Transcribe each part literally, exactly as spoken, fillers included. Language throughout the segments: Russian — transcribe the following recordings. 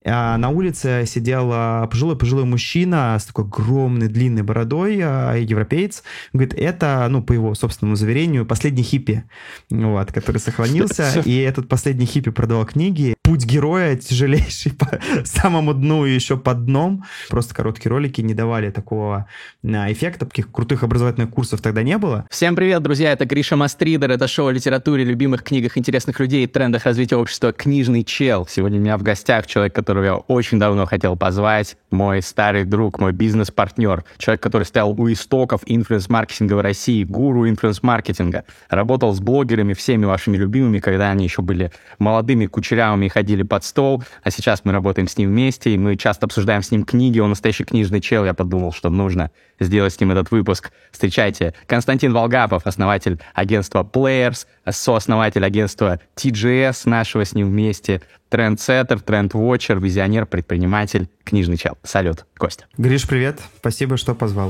А на улице сидел пожилой-пожилой мужчина с такой огромной длинной бородой, европеец. Говорит, это, ну, по его собственному заверению, последний хиппи, вот, который сохранился. И этот последний хиппи продавал книги. Путь героя тяжелейший по самому дну и еще под дном. Просто короткие ролики не давали такого эффекта. Таких крутых образовательных курсов тогда не было. Всем привет, друзья! Это Гриша Мастридер. Это шоу о литературе, любимых книгах, интересных людей и трендах развития общества «Книжный чел». Сегодня у меня в гостях человек, которого я очень давно хотел позвать. Мой старый друг, мой бизнес-партнер. Человек, который стоял у истоков инфлюенс-маркетинга в России, гуру инфлюенс-маркетинга. Работал с блогерами, всеми вашими любимыми, когда они еще были молодыми, кучерявыми и ходили под стол. А сейчас мы работаем с ним вместе, и мы часто обсуждаем с ним книги. Он настоящий книжный чел. Я подумал, что нужно сделать с ним этот выпуск. Встречайте, Константин Волгапов, основатель агентства Players, сооснователь агентства ти джи эс, нашего с ним вместе, трендсеттер, тренд-вотчер, визионер, предприниматель, книжный чел. Салют, Костя. Гриш, привет. Спасибо, что позвал.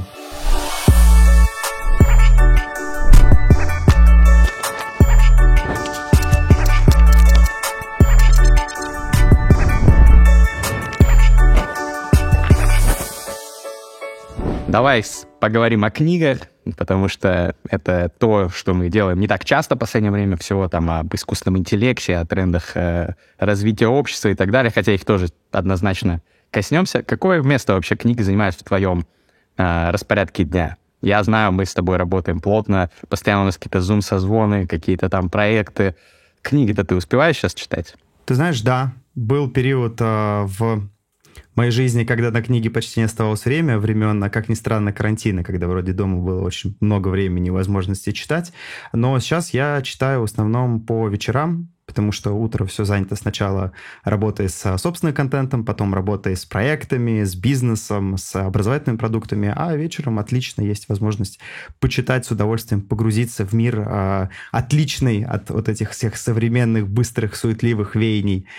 Давай поговорим о книгах, потому что это то, что мы делаем не так часто в последнее время, всего там об искусственном интеллекте, о трендах э, развития общества и так далее, хотя их тоже однозначно коснемся. Какое место вообще книги занимают в твоем э, распорядке дня? Я знаю, мы с тобой работаем плотно, постоянно у нас какие-то зум-созвоны, какие-то там проекты. Книги-то ты успеваешь сейчас читать? Ты знаешь, да, был период э, в... В моей жизни, когда на книги почти не оставалось время, времен, а как ни странно, карантина, когда вроде дома было очень много времени и возможности читать. Но сейчас я читаю в основном по вечерам, потому что утро все занято сначала работой с собственным контентом, потом работой с проектами, с бизнесом, с образовательными продуктами, а вечером отлично есть возможность почитать с удовольствием, погрузиться в мир а, отличный от вот этих всех современных, быстрых, суетливых веяний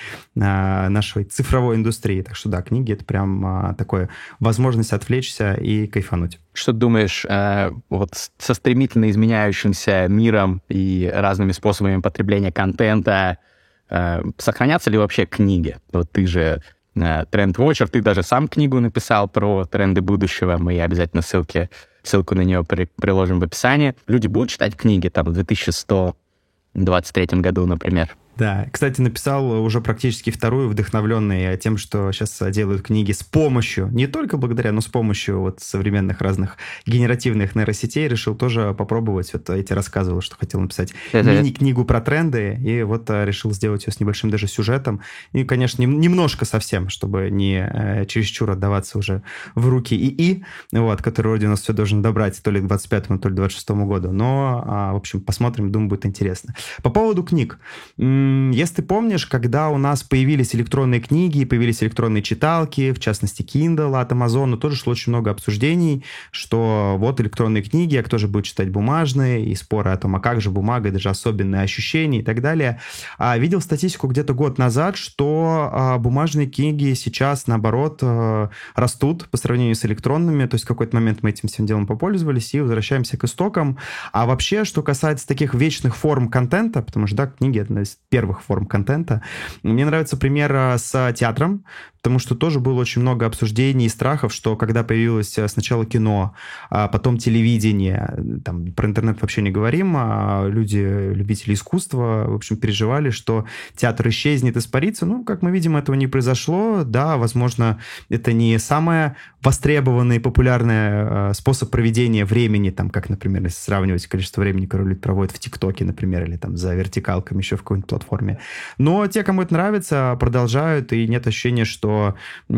а, нашей цифровой индустрии. Так что да, книги — это прям а, такая возможность отвлечься и кайфануть. Что ты думаешь, э, вот со стремительно изменяющимся миром и разными способами потребления контента, э, сохранятся ли вообще книги? Вот ты же э, тренд-вотчер, ты даже сам книгу написал про тренды будущего, мы обязательно ссылки, ссылку на нее при, приложим в описании. Люди будут читать книги там в две тысячи сто двадцать третьем году, например? Да, кстати, написал уже практически вторую, вдохновленный тем, что сейчас делают книги с помощью, не только благодаря, но с помощью вот современных разных генеративных нейросетей. Решил тоже попробовать. Вот я тебе рассказывал, что хотел написать это... мини-книгу про тренды, и вот решил сделать ее с небольшим даже сюжетом. И, конечно, немножко совсем, чтобы не чересчур отдаваться уже в руки ИИ, вот, который вроде у нас все должен добрать то ли к двадцать пятому, то ли к двадцать шестому году. Но, в общем, посмотрим, думаю, будет интересно. По поводу книг. Если ты помнишь, когда у нас появились электронные книги, появились электронные читалки, в частности, Kindle от Amazon, тоже шло очень много обсуждений, что вот электронные книги, а кто же будет читать бумажные, и споры о том, а как же бумага, даже особенные ощущения и так далее. А видел статистику где-то год назад, что а, бумажные книги сейчас, наоборот, а, растут по сравнению с электронными, то есть в какой-то момент мы этим всем делом попользовались и возвращаемся к истокам. А вообще, что касается таких вечных форм контента, потому что, да, книги — это одна из первых форм контента. Мне нравится пример с театром, потому что тоже было очень много обсуждений и страхов, что когда появилось сначала кино, а потом телевидение, там про интернет вообще не говорим, а люди, любители искусства, в общем, переживали, что театр исчезнет, испарится. Ну, как мы видим, этого не произошло. Да, возможно, это не самый востребованный и популярный способ проведения времени, там, как, например, если сравнивать количество времени, которое люди проводят в ТикТоке, например, или там за вертикалками еще в какой-нибудь платформе. Но те, кому это нравится, продолжают, и нет ощущения, что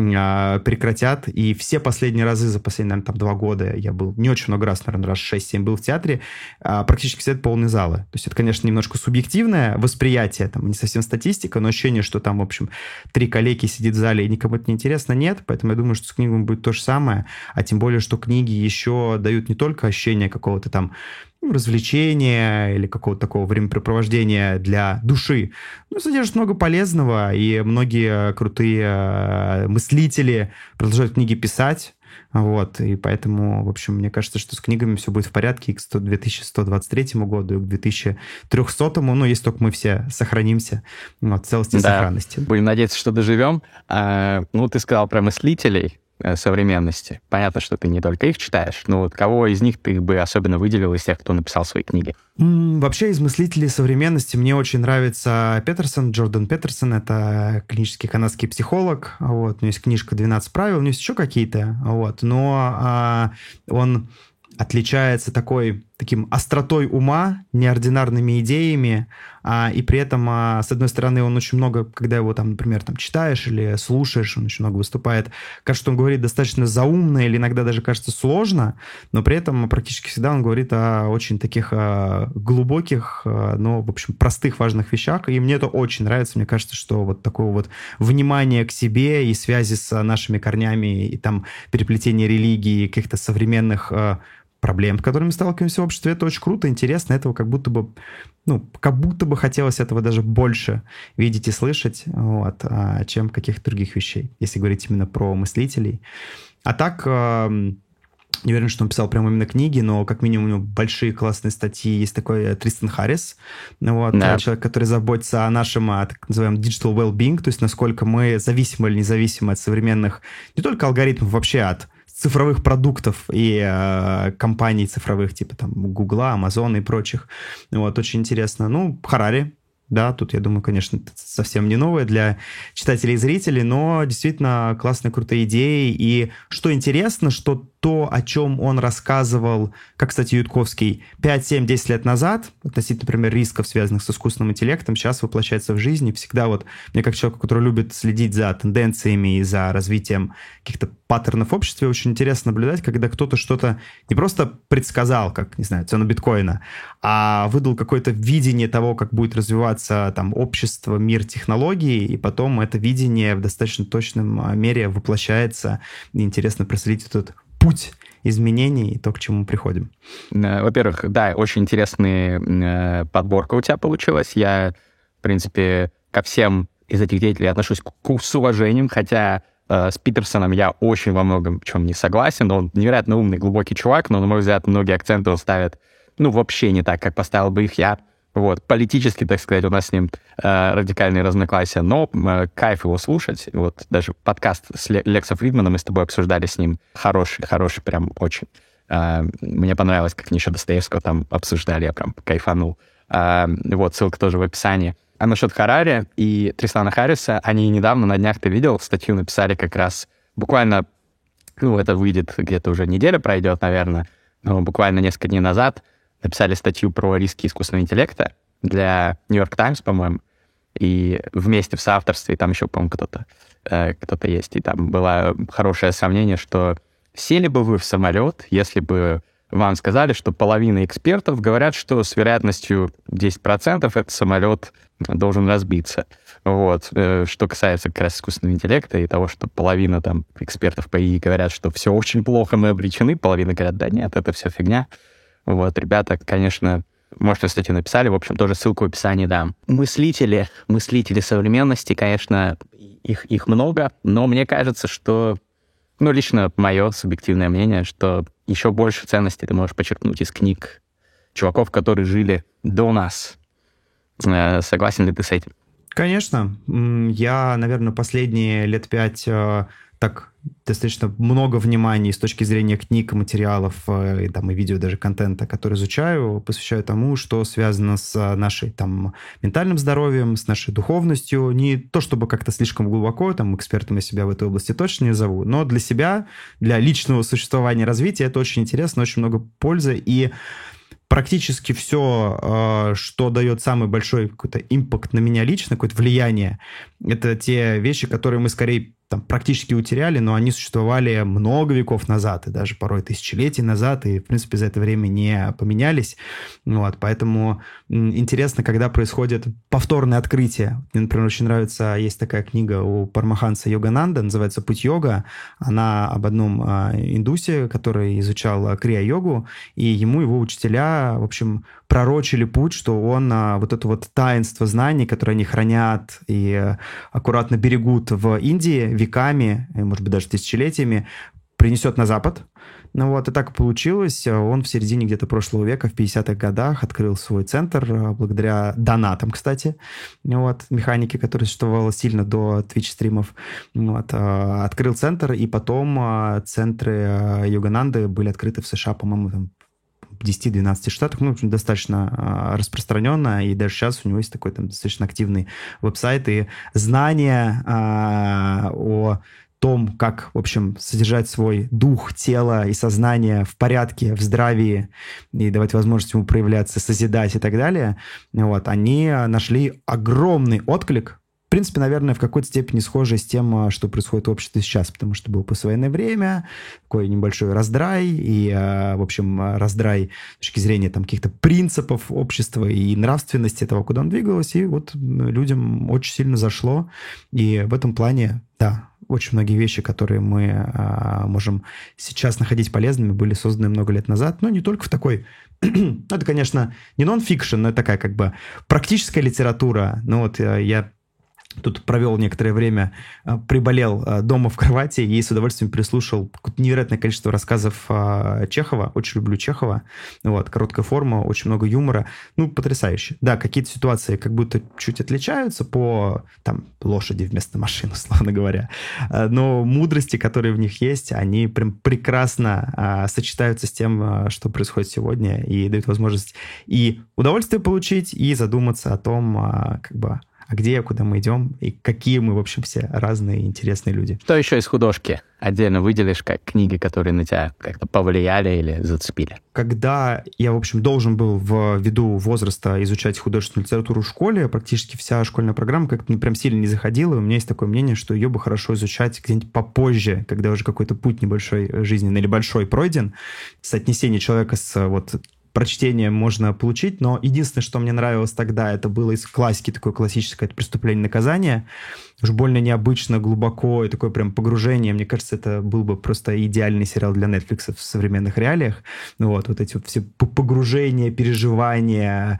э, прекратят. И все последние разы, за последние, наверное, там два года, я был не очень много раз, наверное, раз шесть-семь был в театре, э, практически все это полные залы. То есть это, конечно, немножко субъективное восприятие, там, не совсем статистика, но ощущение, что там, в общем, три коллеги сидят в зале, и никому это не интересно, нет. Поэтому я думаю, что с книгами будет то же самое. А тем более, что книги еще дают не только ощущение какого-то там развлечения или какого-то такого времяпрепровождения для души. Ну, содержит много полезного, и многие крутые мыслители продолжают книги писать. Вот, и поэтому, в общем, мне кажется, что с книгами все будет в порядке и к две тысячи сто двадцать третьему году, и к две тысячи трехсотому, ну, если только мы все сохранимся, вот, в целости и да. сохранности. Будем надеяться, что доживем. А, ну, ты сказал про мыслителей современности. Понятно, что ты не только их читаешь, но вот кого из них ты бы особенно выделил из тех, кто написал свои книги? Вообще, из мыслителей современности мне очень нравится Петерсон, Джордан Петерсон. Это клинический канадский психолог. Вот. У него есть книжка «двенадцать правил», у него есть еще какие-то. Вот. Но а, он отличается такой, таким остротой ума, неординарными идеями, а, и при этом, а, с одной стороны, он очень много, когда его, там, например, там, читаешь или слушаешь, он очень много выступает, кажется, что он говорит достаточно заумно или иногда даже кажется сложно, но при этом практически всегда он говорит о очень таких а, глубоких, а, но, в общем, простых, важных вещах, и мне это очень нравится. Мне кажется, что вот такое вот внимание к себе и связи с нашими корнями, и там переплетение религии, каких-то современных а, проблем, с которыми сталкиваемся в обществе, это очень круто, интересно, этого как будто бы, ну, как будто бы хотелось этого даже больше видеть и слышать, вот, чем каких-то других вещей, если говорить именно про мыслителей. А так, не уверен, что он писал прямо именно книги, но как минимум у него большие классные статьи. Есть такой Тристан Харрис, вот, да. Человек, который заботится о нашем, так называемом, digital well-being, то есть насколько мы зависимы или независимы от современных, не только алгоритмов, вообще от цифровых продуктов и э, компаний цифровых, типа там Гугла, Амазона и прочих. Вот, очень интересно. Ну, Харари, да, тут, я думаю, конечно, это совсем не новое для читателей и зрителей, но действительно классные, крутые идеи. И что интересно, что то, о чем он рассказывал, как, кстати, Ютковский, пять, семь, десять лет назад, относительно, например, рисков, связанных с искусственным интеллектом, сейчас воплощается в жизнь. И всегда вот мне, как человеку, который любит следить за тенденциями и за развитием каких-то паттернов в обществе, очень интересно наблюдать, когда кто-то что-то не просто предсказал, как, не знаю, цену биткоина, а выдал какое-то видение того, как будет развиваться там общество, мир, технологии, и потом это видение в достаточно точном мере воплощается. И интересно проследить этот путь изменений и то, к чему мы приходим. Во-первых, да, очень интересная подборка у тебя получилась. Я, в принципе, ко всем из этих деятелей отношусь с уважением, хотя э, с Питерсоном я очень во многом чем не согласен. Он невероятно умный, глубокий чувак, но, на мой взгляд, многие акценты он ставит, ну, вообще не так, как поставил бы их я. Вот, политически, так сказать, у нас с ним э, радикальные разногласия, но э, кайф его слушать. Вот даже подкаст с Лексом Фридманом мы с тобой обсуждали с ним. Хороший, хороший, прям очень. Э, мне понравилось, как они еще Достоевского там обсуждали, я прям кайфанул. Э, вот, ссылка тоже в описании. А насчет Харари и Тристана Харриса, они недавно, на днях, ты видел, статью написали как раз, буквально, ну, это выйдет где-то уже неделя пройдет, наверное, но буквально несколько дней назад написали статью про риски искусственного интеллекта для Нью-Йорк Таймс, по-моему, и вместе в соавторстве, и там еще, по-моему, кто-то, э, кто-то есть, и там было хорошее сомнение, что сели бы вы в самолет, если бы вам сказали, что половина экспертов говорят, что с вероятностью десять процентов этот самолет должен разбиться. Вот. Что касается как раз искусственного интеллекта и того, что половина там экспертов по ИИ говорят, что все очень плохо, мы обречены, половина говорят, да нет, это все фигня. Вот, ребята, конечно, может, вы, кстати, написали, в общем, тоже ссылку в описании дам. Мыслители, мыслители современности, конечно, их, их много, но мне кажется, что, ну, лично мое субъективное мнение, что еще больше ценностей ты можешь почерпнуть из книг чуваков, которые жили до нас. Согласен ли ты с этим? Конечно. Я, наверное, последние лет пять так достаточно много внимания с точки зрения книг, материалов и, там, и видео, даже контента, который изучаю, посвящаю тому, что связано с нашей там, ментальным здоровьем, с нашей духовностью. Не то чтобы как-то слишком глубоко, там, экспертом я себя в этой области точно не зову, но для себя, для личного существования, развития это очень интересно, очень много пользы. И практически все, что дает самый большой какой-то импакт на меня лично, какое-то влияние, это те вещи, которые мы скорее там, практически утеряли, но они существовали много веков назад, и даже порой тысячелетий назад, и, в принципе, за это время не поменялись. Вот, поэтому интересно, когда происходит повторное открытие. Мне, например, очень нравится, есть такая книга у Парамаханса Йогананда, называется «Путь йога». Она об одном индусе, который изучал крия-йогу, и ему его учителя, в общем, пророчили путь, что он вот это вот таинство знаний, которое они хранят и аккуратно берегут в Индии веками, может быть, даже тысячелетиями, принесет на Запад. Ну вот, и так получилось. Он в середине где-то прошлого века, в пятидесятых годах, открыл свой центр, благодаря донатам, кстати, вот, механики, которая существовала сильно до Twitch-стримов. Вот, открыл центр, и потом центры Йогананды были открыты в США, по-моему, там, в десяти-двенадцати штатах, ну, достаточно распространенно, и даже сейчас у него есть такой там достаточно активный веб-сайт, и знания о том, как, в общем, содержать свой дух, тело и сознание в порядке, в здравии, и давать возможность ему проявляться, созидать и так далее, вот, они нашли огромный отклик. В принципе, наверное, в какой-то степени схожий с тем, что происходит в обществе сейчас, потому что было послевоенное время, такой небольшой раздрай, и, в общем, раздрай с точки зрения там, каких-то принципов общества и нравственности того, куда он двигалось, и вот людям очень сильно зашло, и в этом плане, да, очень многие вещи, которые мы а, можем сейчас находить полезными, были созданы много лет назад, но не только в такой... ну, это, конечно, не нон-фикшн, но это такая как бы практическая литература. Ну вот я тут провел некоторое время, приболел дома в кровати и с удовольствием переслушал какое-то невероятное количество рассказов Чехова. Очень люблю Чехова. Вот, короткая форма, очень много юмора. Ну, потрясающе. Да, какие-то ситуации как будто чуть отличаются по там, лошади вместо машины, условно говоря. Но мудрости, которые в них есть, они прям прекрасно сочетаются с тем, что происходит сегодня, и дают возможность и удовольствие получить, и задуматься о том, как бы, а где, куда мы идем, и какие мы, в общем, все разные интересные люди. Что еще из художки отдельно выделишь, как книги, которые на тебя как-то повлияли или зацепили? Когда я, в общем, должен был ввиду возраста изучать художественную литературу в школе, практически вся школьная программа как-то ну, прям сильно не заходила, и у меня есть такое мнение, что ее бы хорошо изучать где-нибудь попозже, когда уже какой-то путь небольшой жизненный или большой пройден, соотнесение человека с вот... прочтение можно получить, но единственное, что мне нравилось тогда, это было из классики, такое классическое, это «Преступление и наказание». Уж больно необычно, глубоко, и такое прям погружение. Мне кажется, это был бы просто идеальный сериал для Netflix в современных реалиях. Вот, вот эти вот все погружения, переживания,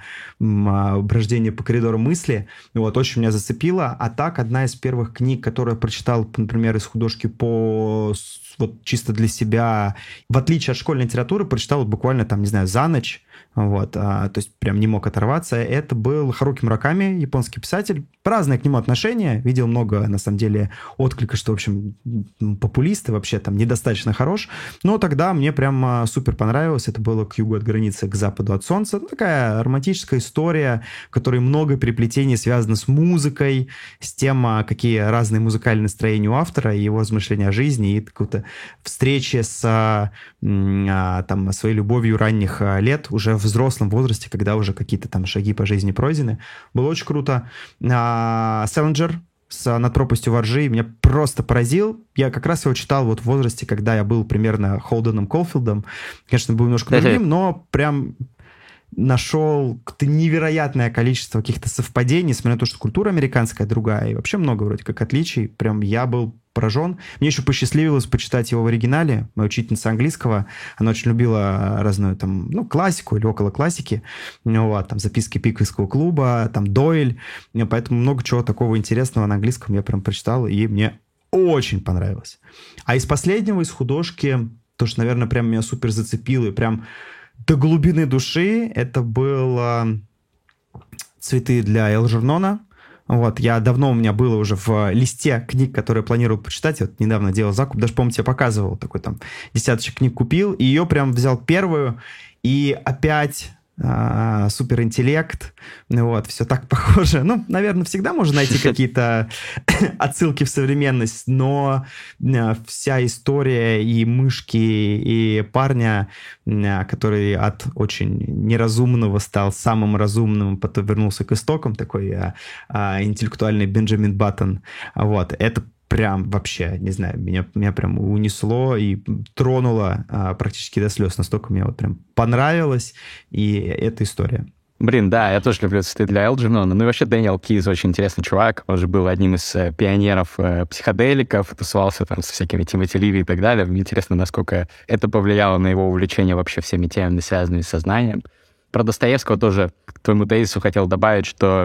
брождение по коридору мысли. Вот, очень меня зацепило. А так, одна из первых книг, которую я прочитал, например, из художки по... вот чисто для себя, в отличие от школьной литературы, прочитал вот буквально там, не знаю, за ночь, вот, а, то есть прям не мог оторваться. Это был Харуки Мураками, японский писатель. Разное к нему отношение. Видел много, на самом деле, отклика, что, в общем, популист и вообще там недостаточно хорош. Но тогда мне прям супер понравилось. Это было «К югу от границы, к западу от солнца». Такая романтическая история, в которой много переплетений связано с музыкой, с тем, какие разные музыкальные настроения у автора, и его размышления о жизни, и какую-то встречи с а, там, своей любовью ранних лет, уже в взрослом возрасте, когда уже какие-то там шаги по жизни пройдены. Было очень круто. А, Селлинджер с «Над пропастью во ржи» меня просто поразил. Я как раз его читал вот в возрасте, когда я был примерно Холденом Колфилдом. Конечно, был немножко другим, но прям... нашел невероятное количество каких-то совпадений, несмотря на то, что культура американская другая, и вообще много вроде как отличий. Прям я был поражен. Мне еще посчастливилось почитать его в оригинале. Моя учительница английского, она очень любила разную там, ну, классику или около классики. Вот, там записки Пиквикского клуба, там Дойль. Поэтому много чего такого интересного на английском я прям прочитал, и мне очень понравилось. А из последнего, из художки, то, что, наверное, прям меня супер зацепило, и прям до глубины души, это было «Цветы для Элджернона». Вот, я давно у меня было уже в листе книг, которые планировал почитать. Я вот недавно делал закуп, даже, по-моему, тебе показывал. Такой там десяточек книг купил, и ее прям взял первую, и опять... А, суперинтеллект, вот, все так похоже. Ну, наверное, всегда можно найти какие-то отсылки в современность, но вся история и мышки, и парня, который от очень неразумного стал самым разумным, потом вернулся к истокам, такой а, а, интеллектуальный Бенджамин Баттон, вот, это прям вообще, не знаю, меня, меня прям унесло и тронуло а, практически до слез. Настолько мне вот прям понравилось и эта история. Блин, да, я тоже люблю «Цветы для Элджернона». Ну и вообще Дэниел Кийз очень интересный чувак. Он же был одним из э, пионеров э, психоделиков, тусовался там со всякими Тимоти Ливи и так далее. Мне интересно, насколько это повлияло на его увлечение вообще всеми темами, связанными с сознанием. Про Достоевского тоже к твоему тезису хотел добавить, что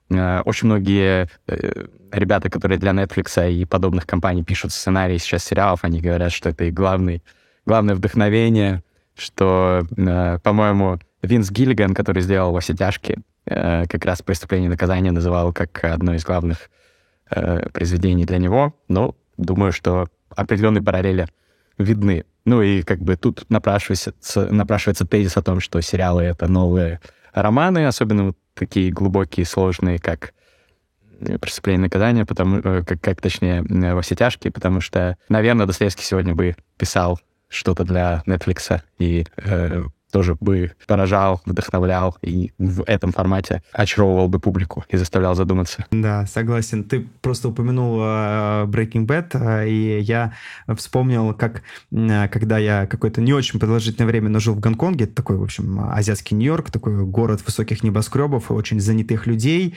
э, очень многие э, ребята, которые для Netflix и подобных компаний пишут сценарии сейчас сериалов, они говорят, что это их главный, главное вдохновение, что, э, по-моему, Винс Гиллиган, который сделал «Во все тяжкие», э, как раз «Преступление и наказание» называл как одно из главных э, произведений для него. Но думаю, что определенные параллели видны. Ну и как бы тут напрашивается, напрашивается тезис о том, что сериалы — это новые романы, особенно вот такие глубокие, сложные, как «Преступление и наказание», потому, как, как точнее «Во все тяжкие», потому что, наверное, Достоевский сегодня бы писал что-то для Netflix и э, тоже бы поражал, вдохновлял и в этом формате очаровывал бы публику и заставлял задуматься. Да, согласен. Ты просто упомянул uh, Breaking Bad, uh, и я вспомнил, как uh, когда я какое-то не очень продолжительное время, но жил в Гонконге, это такой, в общем, азиатский Нью-Йорк, такой город высоких небоскребов и очень занятых людей.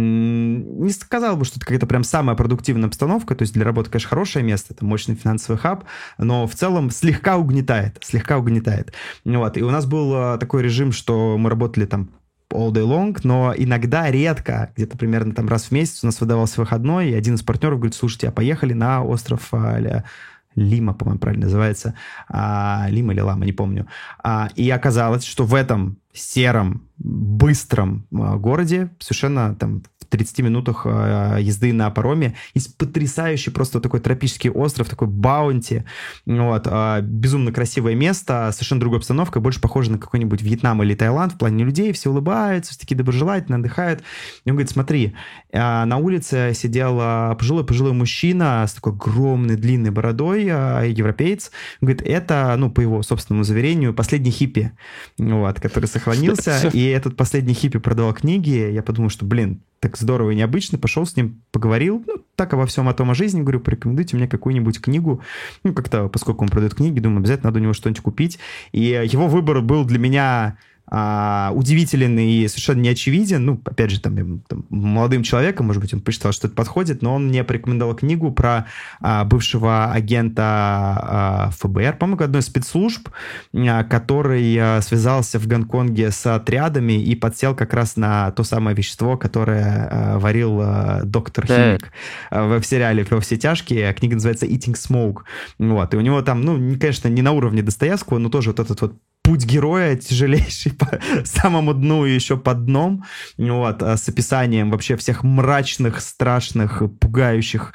Не сказал бы, что это какая-то прям самая продуктивная обстановка, то есть для работы, конечно, хорошее место, это мощный финансовый хаб, но в целом слегка угнетает, слегка угнетает. Вот, и у нас У нас был такой режим, что мы работали там all day long, но иногда, редко, где-то примерно там раз в месяц у нас выдавался выходной, и один из партнеров говорит: слушайте, а поехали на остров а, Лима, по-моему, правильно называется, а, Лима или Лама, не помню. А, и оказалось, что в этом сером, быстром а, городе, совершенно там в тридцати минутах а, езды на пароме, есть потрясающий просто такой тропический остров, такой Баунти, вот, а, безумно красивое место, совершенно другая обстановка, больше похоже на какой-нибудь Вьетнам или Таиланд в плане людей, все улыбаются, все такие доброжелательные, отдыхают. И он говорит: смотри, а, на улице сидел пожилой-пожилой мужчина с такой огромной длинной бородой, а, европеец. Он говорит, это, ну, по его собственному заверению, последний хиппи, вот, который сохранился, и этот последний хиппи продавал книги. Я подумал, что, блин, так здорово и необычно. Пошел с ним, поговорил, ну, так обо всем о том, о жизни. Говорю, порекомендуйте мне какую-нибудь книгу. Ну, как-то, поскольку он продает книги, думаю, обязательно надо у него что-нибудь купить. И его выбор был для меня а, удивителен и совершенно неочевиден. Ну, опять же, там, там, молодым человеком, может быть, он посчитал, что это подходит, но он мне порекомендовал книгу про а, бывшего агента а, эф бэ эр, по-моему, одной из спецслужб, а, который а, связался в Гонконге с отрядами и подсел как раз на то самое вещество, которое а, варил а, доктор Химик а, в сериале «Во все тяжкие». Книга называется «Eating Smoke». Вот. И у него там, ну, конечно, не на уровне Достоевского, но тоже вот этот вот путь героя тяжелейший по самому дну и еще под дном, вот, с описанием вообще всех мрачных, страшных, пугающих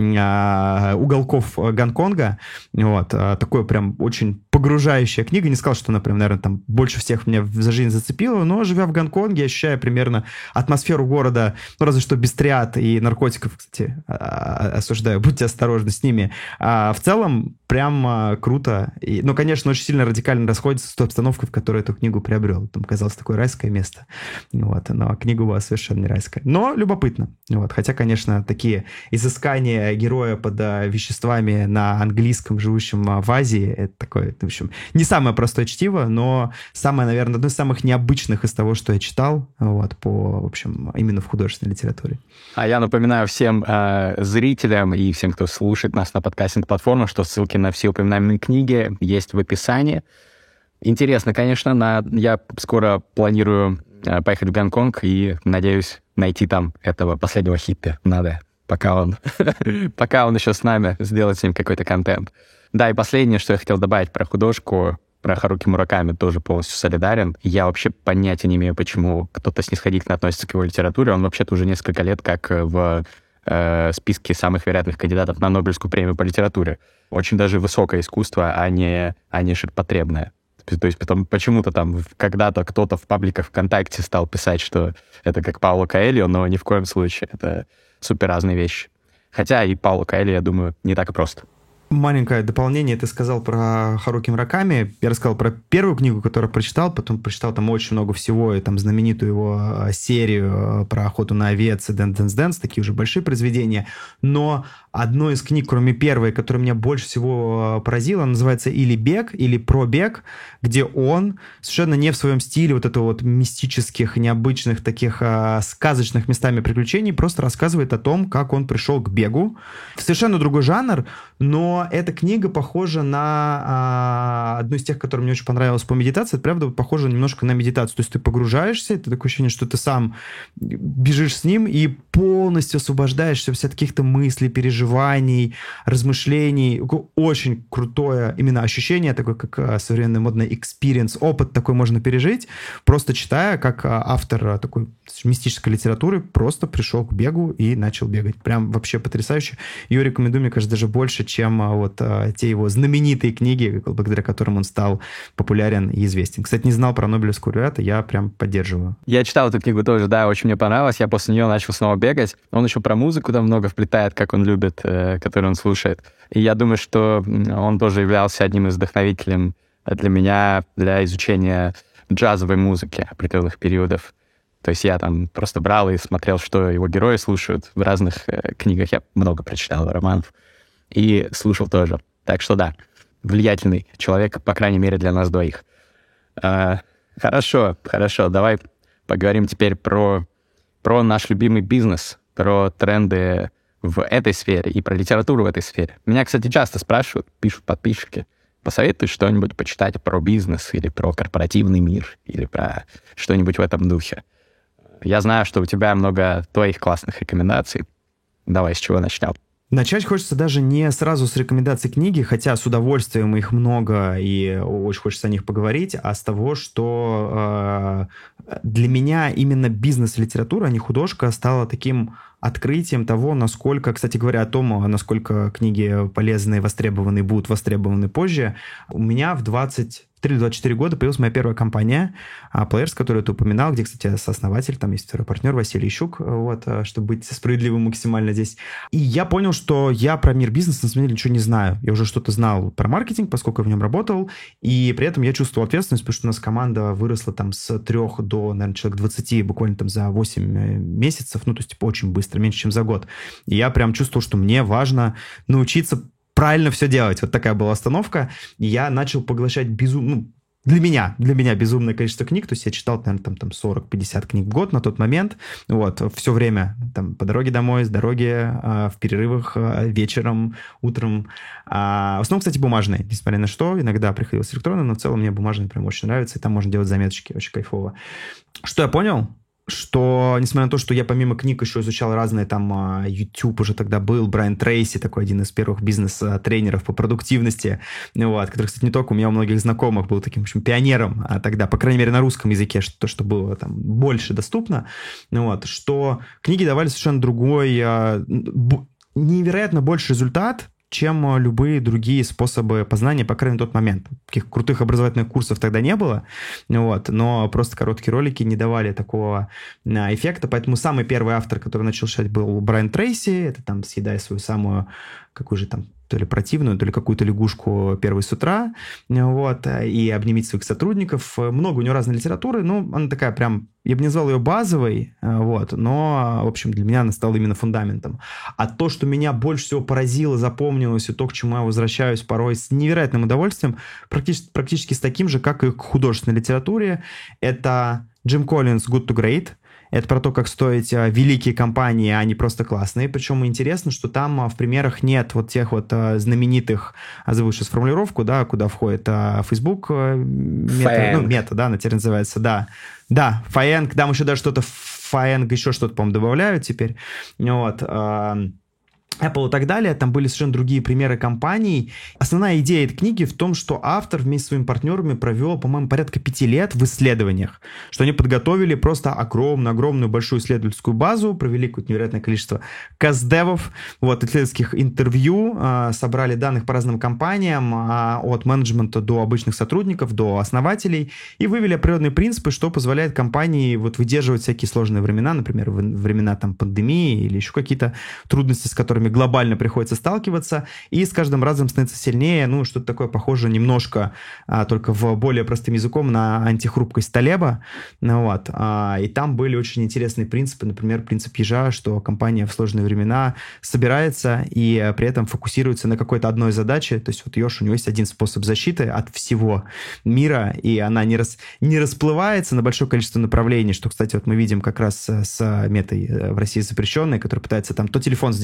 а, уголков Гонконга. Вот, а, такое прям очень погружающая книга. Не сказал, что она прям, наверное, там больше всех меня за жизнь зацепила, но, живя в Гонконге, ощущая примерно атмосферу города, ну, разве что без триад и наркотиков, кстати, осуждаю, будьте осторожны с ними. А, в целом, прям круто. И, ну, конечно, очень сильно радикально расходится с той обстановкой, в которой эту книгу приобрел. Там казалось такое райское место. Вот. Но книга была совершенно не райская. Но любопытно. Вот. Хотя, конечно, такие изыскания героя под а, веществами на английском, живущем а, в Азии, это такое, в общем, не самое простое чтиво, но самое, наверное, одно из самых необычных из того, что я читал, вот, по, в общем, именно в художественной литературе. А я напоминаю всем э, зрителям и всем, кто слушает нас на подкастинг-платформах, что ссылки на все упоминаемые книги есть в описании. Интересно, конечно, на... я скоро планирую э, поехать в Гонконг и надеюсь найти там этого последнего хиппи. Надо, пока он, пока он еще с нами, сделать с ним какой-то контент. Да, и последнее, что я хотел добавить про художку, про Харуки Мураками, тоже полностью солидарен. Я вообще понятия не имею, почему кто-то снисходительно относится к его литературе. Он вообще-то уже несколько лет как в э, списке самых вероятных кандидатов на Нобелевскую премию по литературе. Очень даже высокое искусство, а не, а не ширпотребное. То есть потом почему-то там когда-то кто-то в пабликах ВКонтакте стал писать, что это как Пауло Коэльо, но ни в коем случае. Это супер разные вещи. Хотя и Пауло Коэльо, я думаю, не так и просто. Маленькое дополнение. Ты сказал про Харуки Мураками. Я рассказал про первую книгу, которую прочитал, потом прочитал там очень много всего, и там знаменитую его серию про охоту на овец и Dance Dance Dance, такие уже большие произведения. Но одной из книг, кроме первой, которая меня больше всего поразила, называется или «Бег», или «Про бег», где он совершенно не в своем стиле вот этого вот мистических, необычных, таких а, сказочных местами приключений, просто рассказывает о том, как он пришел к бегу. Совершенно другой жанр, но но эта книга похожа на а, одну из тех, которая мне очень понравилась по медитации. Это, правда, похоже немножко на медитацию. То есть ты погружаешься, это такое ощущение, что ты сам бежишь с ним и полностью освобождаешься от каких-то мыслей, переживаний, размышлений. Очень крутое именно ощущение, такое как современный модный experience, опыт такой можно пережить, просто читая, как автор такой мистической литературы просто пришел к бегу и начал бегать. Прям вообще потрясающе. Ее рекомендую, мне кажется, даже больше, чем вот те его знаменитые книги, благодаря которым он стал популярен и известен. Кстати, не знал про Нобелевскую лауреата, я прям поддерживаю. Я читал эту книгу тоже, да, очень мне понравилось. Я после нее начал снова бегать. Он еще про музыку там много вплетает, как он любит, э, которую он слушает. И я думаю, что он тоже являлся одним из вдохновителей для меня для изучения джазовой музыки определенных периодов. То есть я там просто брал и смотрел, что его герои слушают в разных э, книгах. Я много прочитал романов и слушал тоже. Так что да, влиятельный человек, по крайней мере, для нас двоих. Э, хорошо, хорошо. Давай поговорим теперь про, про наш любимый бизнес, про тренды в этой сфере и про литературу в этой сфере. Меня, кстати, часто спрашивают, пишут подписчики, посоветуй что-нибудь почитать про бизнес или про корпоративный мир или про что-нибудь в этом духе. Я знаю, что у тебя много твоих классных рекомендаций. Давай, с чего начнем? Начать хочется даже не сразу с рекомендаций книги, хотя с удовольствием их много и очень хочется о них поговорить, а с того, что э, для меня именно бизнес-литература, а не художка, стала таким открытием того, насколько, кстати говоря, о том, насколько книги полезные, востребованные, будут востребованы позже. У меня в двадцать три двадцать четыре года появилась моя первая компания, Players, которую ты упоминал, где, кстати, сооснователь, там есть второй партнер Василий Ищук, вот, чтобы быть справедливым максимально здесь. И я понял, что я про мир бизнеса, на самом деле, ничего не знаю. Я уже что-то знал про маркетинг, поскольку я в нем работал, и при этом я чувствовал ответственность, потому что у нас команда выросла там с трех до, наверное, человек двадцати буквально там за восемь месяцев, ну, то есть типа очень быстро, меньше, чем за год. И я прям чувствовал, что мне важно научиться правильно все делать. Вот такая была остановка. И я начал поглощать безумно... Ну, для меня, для меня безумное количество книг. То есть я читал, наверное, там, там сорок-пятьдесят книг в год на тот момент. Вот, все время. Там, по дороге домой, с дороги, э, в перерывах, э, вечером, утром. А, в основном, кстати, бумажные. Несмотря на что, иногда приходилось электронно, но в целом мне бумажные прям очень нравятся. И там можно делать заметочки. Очень кайфово. Что я понял? Что, несмотря на то, что я помимо книг еще изучал разные, там, YouTube уже тогда был, Брайан Трейси, такой один из первых бизнес-тренеров по продуктивности, вот, который, кстати, не только у меня, у многих знакомых был таким, в общем, пионером а тогда, по крайней мере, на русском языке, что, что было там больше доступно, вот, что книги давали совершенно другой, невероятно больше результат, чем любые другие способы познания, по крайней мере, на тот момент. Таких крутых образовательных курсов тогда не было, вот, но просто короткие ролики не давали такого эффекта, поэтому самый первый автор, который начал читать, был Брайан Трейси, это там «Съедай свою самую, какую же там, то ли противную, то ли какую-то лягушку первой с утра, вот, и «Обнимите своих сотрудников». Много у него разной литературы, ну, она такая прям, я бы не назвал ее базовой, вот, но, в общем, для меня она стала именно фундаментом. А то, что меня больше всего поразило, запомнилось, и то, к чему я возвращаюсь порой с невероятным удовольствием, практически, практически с таким же, как и к художественной литературе, это Джим Коллинз «Good to Great». Это про то, как строить великие компании, а не просто классные. Причем интересно, что там в примерах нет вот тех вот знаменитых, забыл сейчас формулировку, да, куда входит Facebook, мета, ну, мета, да, она теперь называется, да. Да, Фаэнг, там еще даже что-то Фаэнг, еще что-то, по-моему, добавляют теперь. Вот. Apple и так далее, там были совершенно другие примеры компаний. Основная идея этой книги в том, что автор вместе с своими партнерами провел, по-моему, порядка пяти лет в исследованиях, что они подготовили просто огромную-огромную большую исследовательскую базу, провели какое-то невероятное количество каздевов, вот, исследовательских интервью, э, собрали данных по разным компаниям, э, от менеджмента до обычных сотрудников, до основателей, и вывели определенные принципы, что позволяет компании вот выдерживать всякие сложные времена, например, времена там пандемии или еще какие-то трудности, с которыми глобально приходится сталкиваться, и с каждым разом становится сильнее, ну, что-то такое похоже немножко, а, только в более простым языком, на антихрупкость Талеба, ну, вот, а, и там были очень интересные принципы, например, принцип ежа, что компания в сложные времена собирается и а, при этом фокусируется на какой-то одной задаче, то есть вот еж, у него есть один способ защиты от всего мира, и она не, рас, не расплывается на большое количество направлений, что, кстати, вот мы видим как раз с метой в России запрещенной, которая пытается там то телефон сделать, то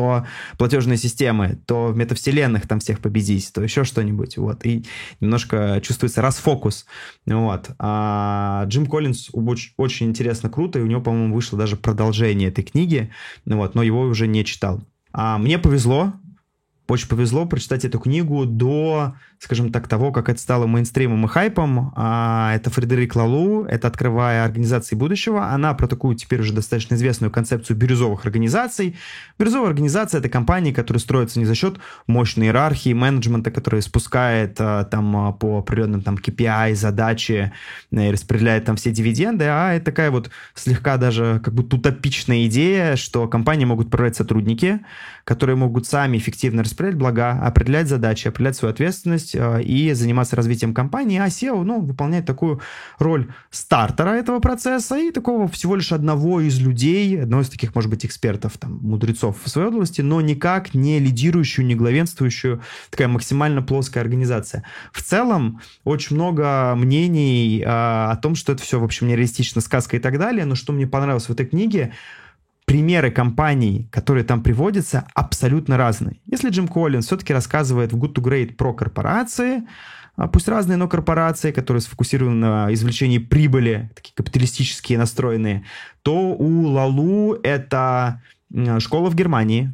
то платежные системы, то в метавселенных там всех победить, то еще что-нибудь, вот, и немножко чувствуется расфокус, вот. А Джим Коллинз очень, очень интересно, круто, и у него, по-моему, вышло даже продолжение этой книги, вот, но его уже не читал. А мне повезло, очень повезло прочитать эту книгу до, скажем так, того, как это стало мейнстримом и хайпом. А, это Фредерик Лалу, это «Открывая организации будущего». Она про такую теперь уже достаточно известную концепцию бирюзовых организаций. Бирюзовая организация — это компании, которые строятся не за счет мощной иерархии, менеджмента, который спускает а, там по определенным там кей пи ай задачи и распределяет там все дивиденды, а это такая вот слегка даже как будто утопичная идея, что компании могут управлять сотрудники, которые могут сами эффективно распределять блага, определять задачи, определять свою ответственность э, и заниматься развитием компании. А сео, ну, выполняет такую роль стартера этого процесса и такого всего лишь одного из людей, одного из таких, может быть, экспертов, там, мудрецов в своей области, но никак не лидирующую, не главенствующую, такая максимально плоская организация. В целом, очень много мнений э, о том, что это все, в общем, нереалистично, сказка и так далее, но что мне понравилось в этой книге, примеры компаний, которые там приводятся, абсолютно разные. Если Джим Коллинз все-таки рассказывает в Good to Great про корпорации, пусть разные, но корпорации, которые сфокусированы на извлечении прибыли, такие капиталистические настроенные, то у Лалу это школа в Германии,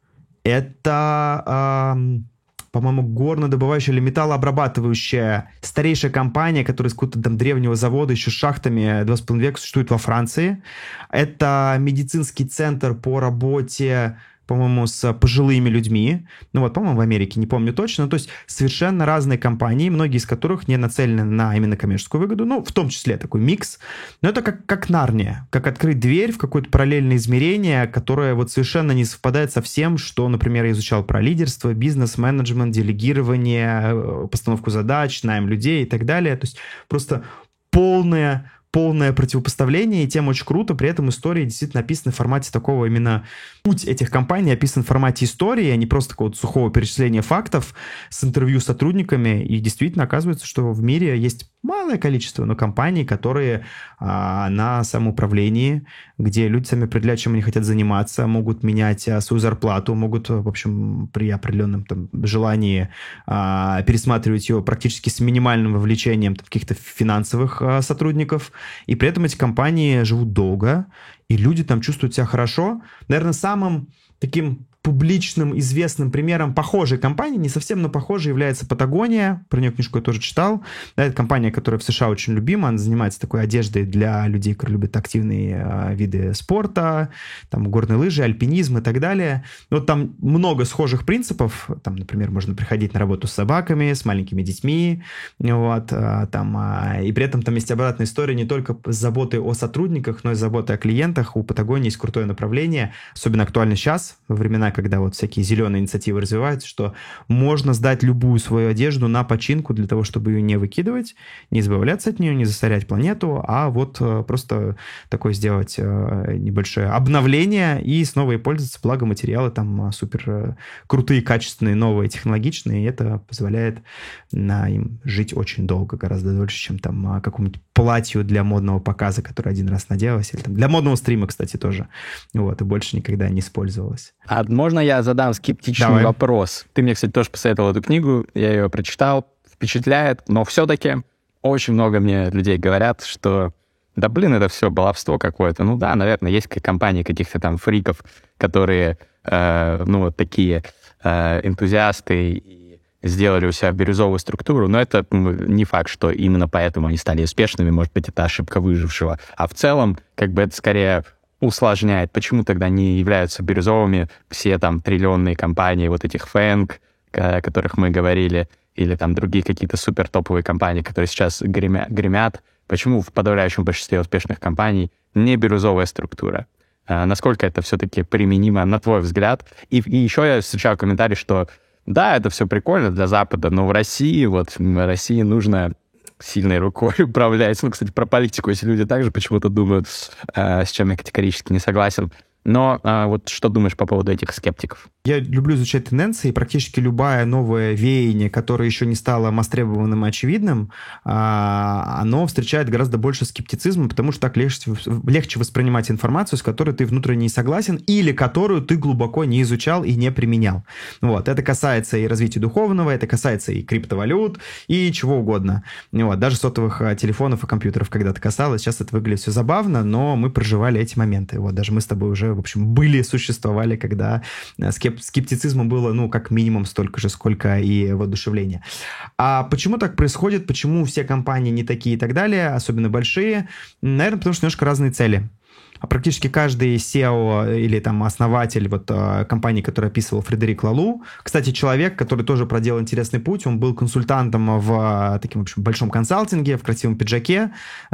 это... Эм, по-моему, горнодобывающая или металлообрабатывающая старейшая компания, которая из какого-то там древнего завода еще с шахтами два с половиной века существует во Франции. Это медицинский центр по работе, по-моему, с пожилыми людьми. Ну вот, по-моему, в Америке, не помню точно. То есть совершенно разные компании, многие из которых не нацелены на именно коммерческую выгоду. Ну, в том числе такой микс. Но это как, как Нарния. Как открыть дверь в какое-то параллельное измерение, которое вот совершенно не совпадает со всем, что, например, я изучал про лидерство, бизнес-менеджмент, делегирование, постановку задач, найм людей и так далее. То есть просто полное... полное противопоставление, и тема очень круто, при этом история действительно описана в формате такого именно... Путь этих компаний описан в формате истории, а не просто такого сухого перечисления фактов с интервью с сотрудниками, и действительно оказывается, что в мире есть малое количество, но компаний, которые а, на самоуправлении, где люди сами определяют, чем они хотят заниматься, могут менять а, свою зарплату, могут, в общем, при определенном там, желании а, пересматривать ее практически с минимальным вовлечением там, каких-то финансовых а, сотрудников, и при этом эти компании живут долго, и люди там чувствуют себя хорошо. Наверное, самым таким публичным, известным примером похожей компании, не совсем, но похожей, является Патагония. Про нее книжку я тоже читал. Да, это компания, которая в США очень любима. Она занимается такой одеждой для людей, которые любят активные э, виды спорта, там горные лыжи, альпинизм и так далее. Но вот там много схожих принципов. Там, например, можно приходить на работу с собаками, с маленькими детьми. Вот, э, там, э, и при этом там есть обратная история не только с заботой о сотрудниках, но и с заботой о клиентах. У Патагонии есть крутое направление, особенно актуально сейчас, во времена, когда вот всякие зеленые инициативы развиваются, что можно сдать любую свою одежду на починку для того, чтобы ее не выкидывать, не избавляться от нее, не засорять планету, а вот просто такое сделать небольшое обновление и снова ей пользоваться, благо материалы там супер крутые, качественные, новые, технологичные, и это позволяет на им жить очень долго, гораздо дольше, чем там какому-нибудь платью для модного показа, которое один раз наделалось, или там для модного стрима, кстати, тоже, вот, и больше никогда не использовалось. Можно я задам скептичный Давай. вопрос? Ты мне, кстати, тоже посоветовал эту книгу, я ее прочитал, впечатляет, но все-таки очень много мне людей говорят, что да блин, это все баловство какое-то. Ну да, наверное, есть компании каких-то там фриков, которые, э, ну вот такие э, энтузиасты и сделали у себя бирюзовую структуру, но это не факт, что именно поэтому они стали успешными, может быть, это ошибка выжившего. А в целом, как бы это скорее... усложняет. Почему тогда не являются бирюзовыми все там триллионные компании, вот этих Фэнг, о которых мы говорили, или там другие какие-то супер топовые компании, которые сейчас гремя- гремят? Почему в подавляющем большинстве успешных компаний не бирюзовая структура? А насколько это все-таки применимо, на твой взгляд? И, и еще я встречал комментарий, что да, это все прикольно для Запада, но в России, вот в России нужно сильной рукой управлять. Ну, кстати, про политику, если люди также почему-то думают, э, с чем я категорически не согласен. Но а, вот что думаешь по поводу этих скептиков? Я люблю изучать тенденции, и практически любое новое веяние, которое еще не стало востребованным и очевидным, оно встречает гораздо больше скептицизма, потому что так легче, легче воспринимать информацию, с которой ты внутренне не согласен, или которую ты глубоко не изучал и не применял. Вот. Это касается и развития духовного, это касается и криптовалют, и чего угодно. Вот. Даже сотовых телефонов и компьютеров когда-то касалось. Сейчас это выглядит все забавно, но мы проживали эти моменты. Вот. Даже мы с тобой уже, в общем, были, существовали, когда скептицизм скептицизма было, ну, как минимум столько же, сколько и воодушевления. А почему так происходит? Почему все компании не такие и так далее, особенно большие? Наверное, потому что немножко разные цели. Практически каждый сео или там основатель вот компании, которую описывал Фредерик Лалу, кстати, человек, который тоже проделал интересный путь, он был консультантом в таким, в общем, большом консалтинге, в красивом пиджаке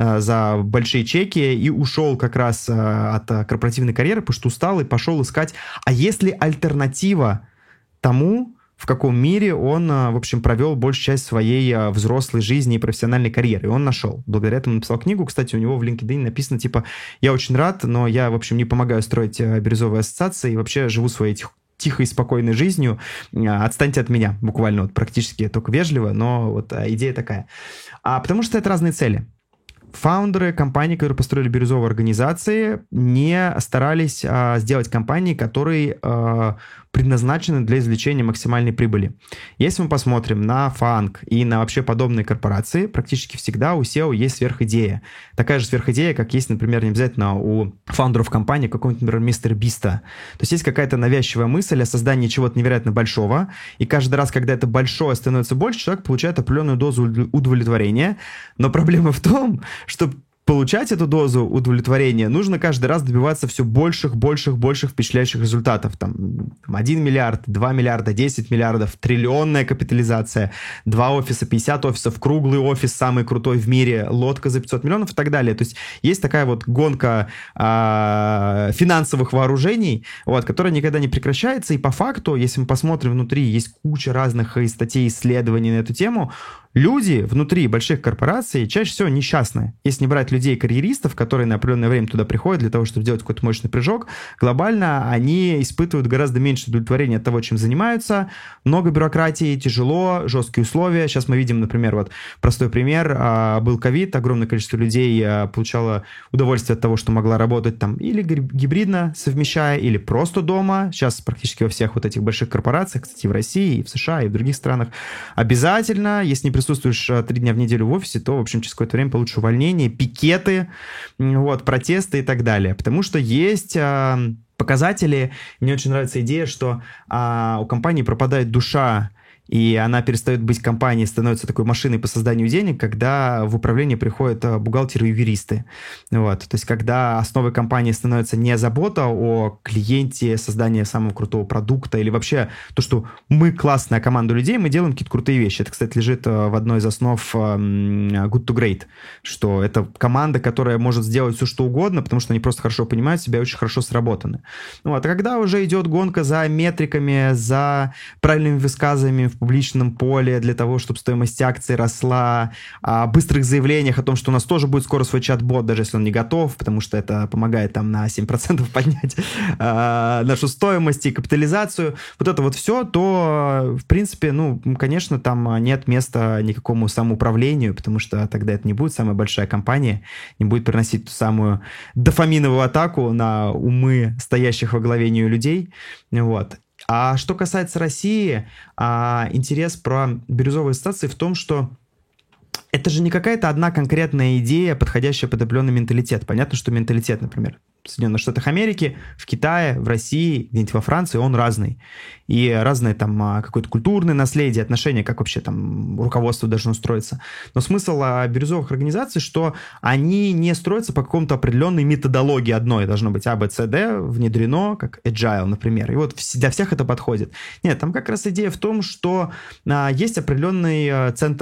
за большие чеки и ушел как раз от корпоративной карьеры, потому что устал и пошел искать, а есть ли альтернатива тому, в каком мире он, в общем, провел большую часть своей взрослой жизни и профессиональной карьеры. И он нашел. Благодаря этому написал книгу. Кстати, у него в LinkedIn написано, типа, я очень рад, но я, в общем, не помогаю строить бирюзовые ассоциации и вообще живу своей тих- тихой и спокойной жизнью. Отстаньте от меня. Буквально вот практически только вежливо, но вот идея такая. А потому что это разные цели. Фаундеры компаний, которые построили бирюзовые организации, не старались а, сделать компании, которые а, предназначены для извлечения максимальной прибыли. Если мы посмотрим на Фанк и на вообще подобные корпорации, практически всегда у сео есть сверхидея. Такая же сверхидея, как есть, например, не обязательно у фаундеров компании, какого-нибудь, например, мистер Биста. То есть есть какая-то навязчивая мысль о создании чего-то невероятно большого, и каждый раз, когда это большое становится больше, человек получает определенную дозу удовлетворения. Но проблема в том, чтобы получать эту дозу удовлетворения, нужно каждый раз добиваться все больших, больших, больших впечатляющих результатов. Там один миллиард, два миллиарда, десять миллиардов, триллионная капитализация, два офиса, пятьдесят офисов, круглый офис, самый крутой в мире, лодка за пятьсот миллионов и так далее. То есть есть такая вот гонка э, финансовых вооружений, вот, которая никогда не прекращается. И по факту, если мы посмотрим внутри, есть куча разных статей, исследований на эту тему. Люди внутри больших корпораций чаще всего несчастны. Если не брать людей-карьеристов, которые на определенное время туда приходят для того, чтобы сделать какой-то мощный прыжок, глобально они испытывают гораздо меньше удовлетворения от того, чем занимаются. Много бюрократии, тяжело, жесткие условия. Сейчас мы видим, например, вот простой пример. Был ковид, огромное количество людей получало удовольствие от того, что могла работать там или гибридно совмещая, или просто дома. Сейчас практически во всех вот этих больших корпорациях, кстати, в России, и в США, и в других странах, обязательно, если не присутствуешь три дня в неделю в офисе, то, в общем, через какое-то время получишь увольнение, пикеты, вот, протесты и так далее. Потому что есть а, показатели. Мне очень нравится идея, что а, у компании пропадает душа, и она перестает быть компанией, становится такой машиной по созданию денег, когда в управление приходят бухгалтеры и юристы. Вот. То есть когда основой компании становится не забота о клиенте, создание самого крутого продукта или вообще то, что мы классная команда людей, мы делаем какие-то крутые вещи. Это, кстати, лежит в одной из основ Good to Great, что это команда, которая может сделать все, что угодно, потому что они просто хорошо понимают себя и очень хорошо сработаны. Вот. А когда уже идет гонка за метриками, за правильными высказываниями в публичном поле для того, чтобы стоимость акций росла, о быстрых заявлениях о том, что у нас тоже будет скоро свой чат-бот, даже если он не готов, потому что это помогает там на семь процентов поднять э, нашу стоимость и капитализацию. Вот это вот все, то, в принципе, ну, конечно, там нет места никакому самоуправлению, потому что тогда это не будет самая большая компания, не будет приносить ту самую дофаминовую атаку на умы стоящих во главе нее людей. Вот. А что касается России, интерес про бирюзовые ассоциации в том, что это же не какая-то одна конкретная идея, подходящая под определенный менталитет. Понятно, что менталитет, например, в Соединенных Штатах Америки, в Китае, в России, где-нибудь во Франции, он разный. И разное там какое-то культурное наследие, отношения, как вообще там руководство должно строиться. Но смысл бирюзовых организаций, что они не строятся по какому-то определенной методологии одной. Должно быть А, Б, С, Д внедрено, как Agile, например. И вот для всех это подходит. Нет, там как раз идея в том, что есть определенный центр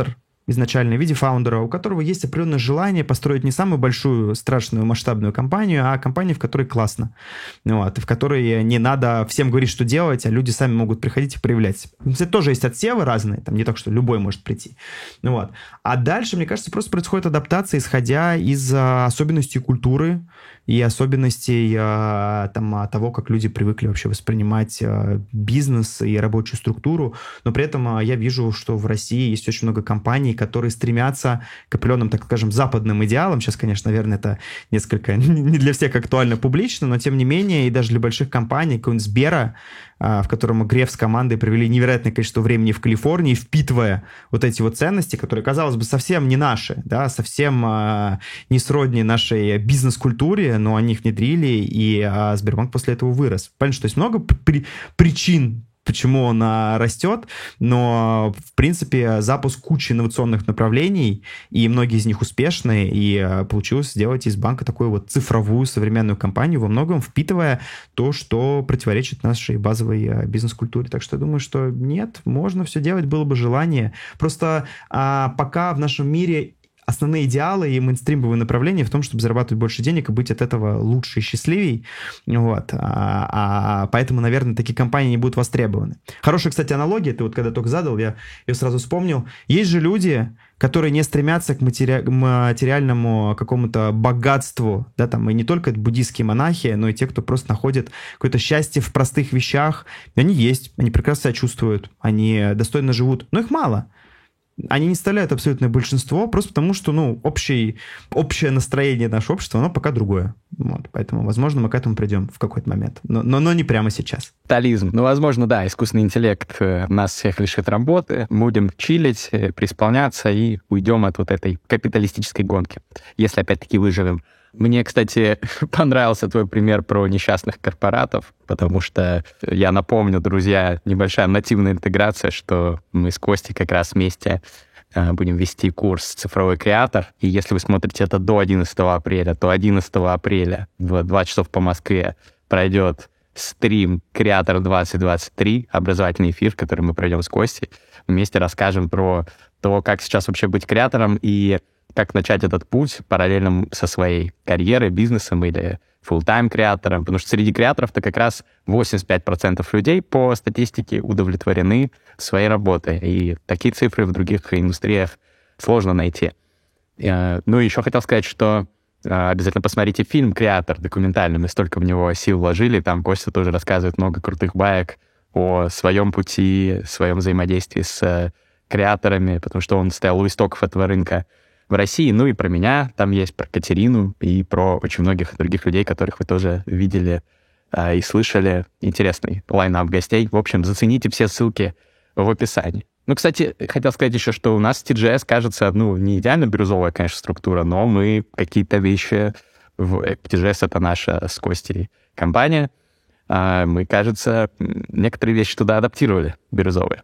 изначально в виде фаундера, у которого есть определенное желание построить не самую большую, страшную, масштабную компанию, а компанию, в которой классно. Вот, в которой не надо всем говорить, что делать, а люди сами могут приходить и проявлять. Кстати, тоже есть отсевы разные, там не так, что любой может прийти. Вот. А дальше, мне кажется, просто происходит адаптация, исходя из а, особенностей культуры и особенностей а, там, того, как люди привыкли вообще воспринимать а, бизнес и рабочую структуру. Но при этом а, я вижу, что в России есть очень много компаний, которые стремятся к определенным, так скажем, западным идеалам. Сейчас, конечно, наверное, это несколько не для всех актуально публично, но тем не менее, и даже для больших компаний, какого-нибудь Сбера, в котором Греф с командой провели невероятное количество времени в Калифорнии, впитывая вот эти вот ценности, которые, казалось бы, совсем не наши, да, совсем а, не сродни нашей бизнес-культуре, но они их внедрили, и а, Сбербанк после этого вырос. Понятно, что есть много при- причин, почему он а, растет, но, в принципе, запуск кучи инновационных направлений, и многие из них успешные, и а, получилось сделать из банка такую вот цифровую современную компанию, во многом впитывая то, что противоречит нашей базовой а, бизнес-культуре. Так что я думаю, что нет, можно все делать, было бы желание. Просто а, пока в нашем мире основные идеалы и мейнстримовые направления в том, чтобы зарабатывать больше денег и быть от этого лучше и счастливей. Вот. А, а, поэтому, наверное, такие компании не будут востребованы. Хорошая, кстати, аналогия. Ты вот когда только задал, я ее сразу вспомнил. Есть же люди, которые не стремятся к матери... материальному какому-то богатству, да, там, и не только буддийские монахи, но и те, кто просто находит какое-то счастье в простых вещах. И они есть, они прекрасно себя чувствуют, они достойно живут, но их мало. Они не составляют абсолютное большинство, просто потому что, ну, общий, общее настроение нашего общества, оно пока другое. Вот, поэтому, возможно, мы к этому придем в какой-то момент, но, но, но не прямо сейчас. Капитализм. Ну, возможно, да, искусственный интеллект нас всех лишит работы, будем чилить, преисполняться и уйдем от вот этой капиталистической гонки, если опять-таки выживем. Мне, кстати, понравился твой пример про несчастных корпоратов, потому что, я напомню, друзья, небольшая нативная интеграция, что мы с Костей как раз вместе э, будем вести курс «Цифровой креатор». И если вы смотрите это до одиннадцатого апреля, то одиннадцатого апреля в два часов по Москве пройдет стрим «Креатор двадцать двадцать три», образовательный эфир, который мы пройдем с Костей. Вместе расскажем про то, как сейчас вообще быть креатором и как начать этот путь параллельно со своей карьерой, бизнесом или full-time креатором. Потому что среди креаторов-то как раз восемьдесят пять процентов людей по статистике удовлетворены своей работой. И такие цифры в других индустриях сложно найти. Ну и еще хотел сказать, что обязательно посмотрите фильм «Креатор» документальный. Мы столько в него сил вложили. Там Костя тоже рассказывает много крутых баек о своем пути, своем взаимодействии с креаторами, потому что он стоял у истоков этого рынка в России. Ну и про меня там есть, про Катерину и про очень многих других людей, которых вы тоже видели э, и слышали. Интересный лайнап гостей. В общем, зацените все ссылки в описании. Ну, кстати, хотел сказать еще, что у нас ти джи эс, кажется, ну, не идеально бирюзовая, конечно, структура, но мы какие-то вещи... В ти джи эс — это наша с Костей компания. Э, мы, кажется, некоторые вещи туда адаптировали, бирюзовые,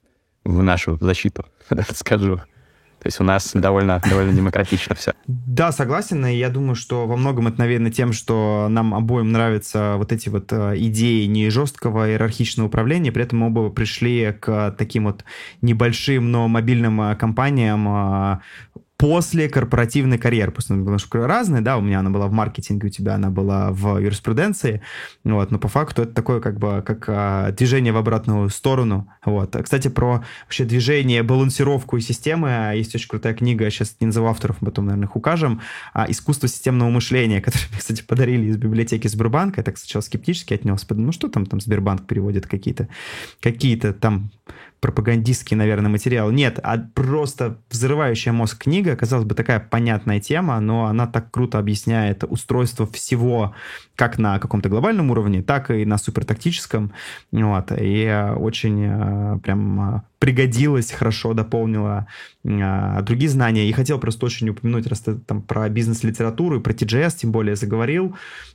в нашу защиту, скажу. То есть у нас довольно, довольно демократично все. Да, согласен. И я думаю, что во многом это, наверное, тем, что нам обоим нравятся вот эти вот идеи не жесткого иерархичного управления. При этом мы оба пришли к таким вот небольшим, но мобильным компаниям после корпоративной карьеры. Просто она была немножко разная, да, у меня она была в маркетинге, у тебя она была в юриспруденции, вот, но по факту это такое как бы как а, движение в обратную сторону, вот. Кстати, про вообще движение, балансировку и системы, есть очень крутая книга, сейчас не назову авторов, потом, наверное, их укажем, а, «Искусство системного мышления», которую мне, кстати, подарили из библиотеки Сбербанка. Я так сначала скептически отнес, ну что там, там Сбербанк переводит какие-то, какие-то там пропагандистский, наверное, материал. Нет, а просто взрывающая мозг книга, казалось бы, такая понятная тема, но она так круто объясняет устройство всего, как на каком-то глобальном уровне, так и на супертактическом. Вот. И очень прям пригодилась, хорошо дополнила другие знания. И хотел просто очень упомянуть, раз ты там про бизнес-литературу и про ти джи эс тем более заговорил.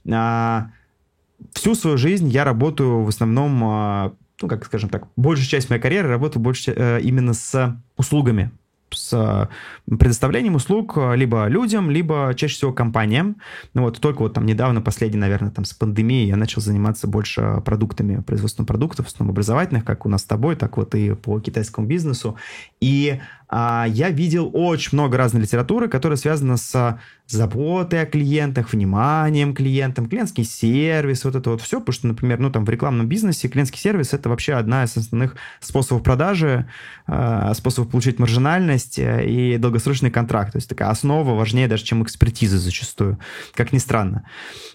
Всю свою жизнь я работаю в основном... ну, как скажем так, большая часть моей карьеры работаю больше э, именно с услугами, с э, предоставлением услуг либо людям, либо чаще всего компаниям. Ну, вот только вот там недавно, последний, наверное, там с пандемией я начал заниматься больше продуктами, производством продуктов, в основном образовательных, как у нас с тобой, так вот и по китайскому бизнесу. И я видел очень много разной литературы, которая связана с заботой о клиентах, вниманием к клиентам, клиентский сервис, вот это вот все, потому что, например, ну, там в рекламном бизнесе клиентский сервис — это вообще одна из основных способов продажи, способов получить маржинальность и долгосрочный контракт. То есть такая основа важнее даже, чем экспертиза зачастую, как ни странно.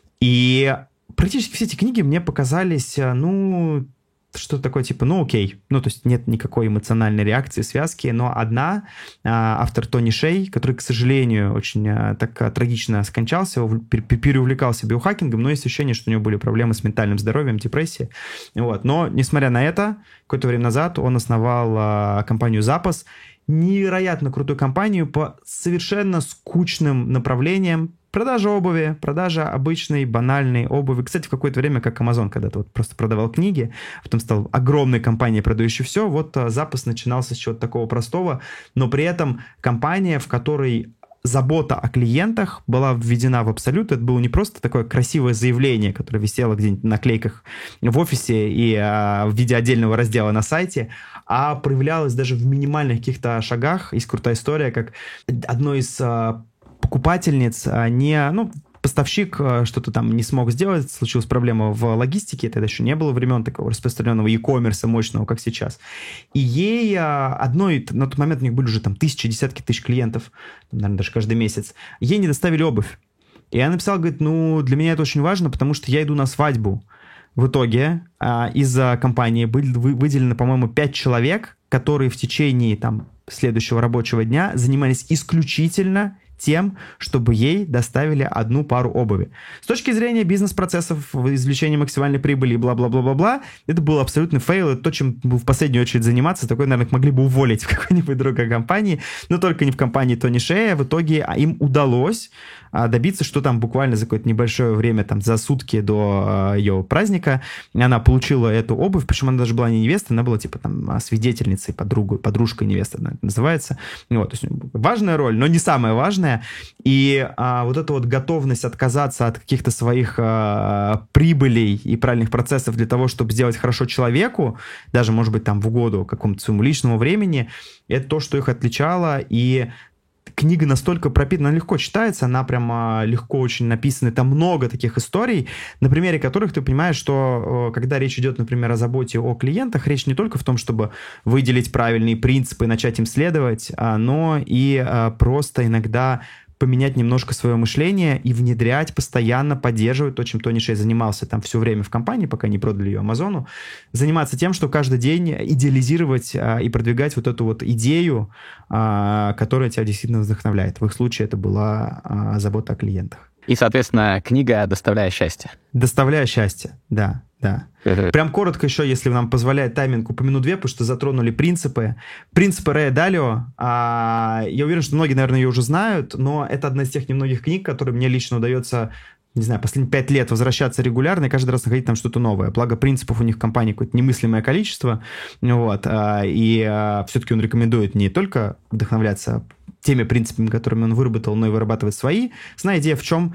И практически все эти книги мне показались, ну, что-то такое типа, ну окей, ну то есть нет никакой эмоциональной реакции, связки, но одна, автор Тони Шей, который, к сожалению, очень так трагично скончался, переувлекался биохакингом, но есть ощущение, что у него были проблемы с ментальным здоровьем, депрессия, вот. Но, несмотря на это, какое-то время назад он основал компанию «Запас», невероятно крутую компанию по совершенно скучным направлениям. Продажа обуви, продажа обычной, банальной обуви. Кстати, в какое-то время, как Amazon когда-то вот просто продавал книги, потом стал огромной компанией, продающей все. Вот запас начинался с чего-то такого простого, но при этом компания, в которой забота о клиентах была введена в абсолют. Это было не просто такое красивое заявление, которое висело где-нибудь на наклейках в офисе и а, в виде отдельного раздела на сайте, а проявлялось даже в минимальных каких-то шагах. Есть крутая история, как одной из а, покупательниц а, не... Ну, поставщик что-то там не смог сделать, случилась проблема в логистике, тогда еще не было времен такого распространенного e-commerce мощного, как сейчас. И ей одной, на тот момент у них были уже там тысячи, десятки тысяч клиентов, наверное, даже каждый месяц, ей не доставили обувь. И она написала, говорит, ну, для меня это очень важно, потому что я иду на свадьбу. В итоге из-за компании были выделено, по-моему, пять человек, которые в течение там следующего рабочего дня занимались исключительно тем, чтобы ей доставили одну пару обуви. С точки зрения бизнес-процессов, извлечения максимальной прибыли и бла-бла-бла-бла-бла, это был абсолютный фейл. Это то, чем в последнюю очередь заниматься. Такое, наверное, могли бы уволить в какой-нибудь другой компании, но только не в компании Тони Шея. В итоге им удалось добиться, что там буквально за какое-то небольшое время, там за сутки до ее праздника, она получила эту обувь, причем она даже была не невеста, она была типа там свидетельницей, подругой, подружкой невесты, она называется. Вот, то есть важная роль, но не самая важная. И а, вот эта вот готовность отказаться от каких-то своих а, прибылей и правильных процессов для того, чтобы сделать хорошо человеку, даже, может быть, там в угоду какому-то своему личному времени, это то, что их отличало. И книга настолько пропитана, она легко читается, она прямо легко очень написана. Там много таких историй, на примере которых ты понимаешь, что когда речь идет, например, о заботе о клиентах, речь не только в том, чтобы выделить правильные принципы и начать им следовать, но и просто иногда поменять немножко свое мышление и внедрять, постоянно поддерживать то, чем Тони Шей занимался там все время в компании, пока не продали ее Амазону, заниматься тем, что каждый день идеализировать а, и продвигать вот эту вот идею, а, которая тебя действительно вдохновляет. В их случае это была а, забота о клиентах. И, соответственно, книга «Доставляя счастье». «Доставляя счастье», да. Да. Прям коротко еще, если нам позволяет тайминг, упомяну две, потому что затронули принципы. Принципы Рэя Далио. А, я уверен, что многие, наверное, ее уже знают, но это одна из тех немногих книг, которые мне лично удается, не знаю, последние пять лет возвращаться регулярно и каждый раз находить там что-то новое. Благо принципов у них в компании какое-то немыслимое количество. Вот. А, и а, все-таки он рекомендует не только вдохновляться теми принципами, которыми он выработал, но и вырабатывать свои. Основная идея в чем?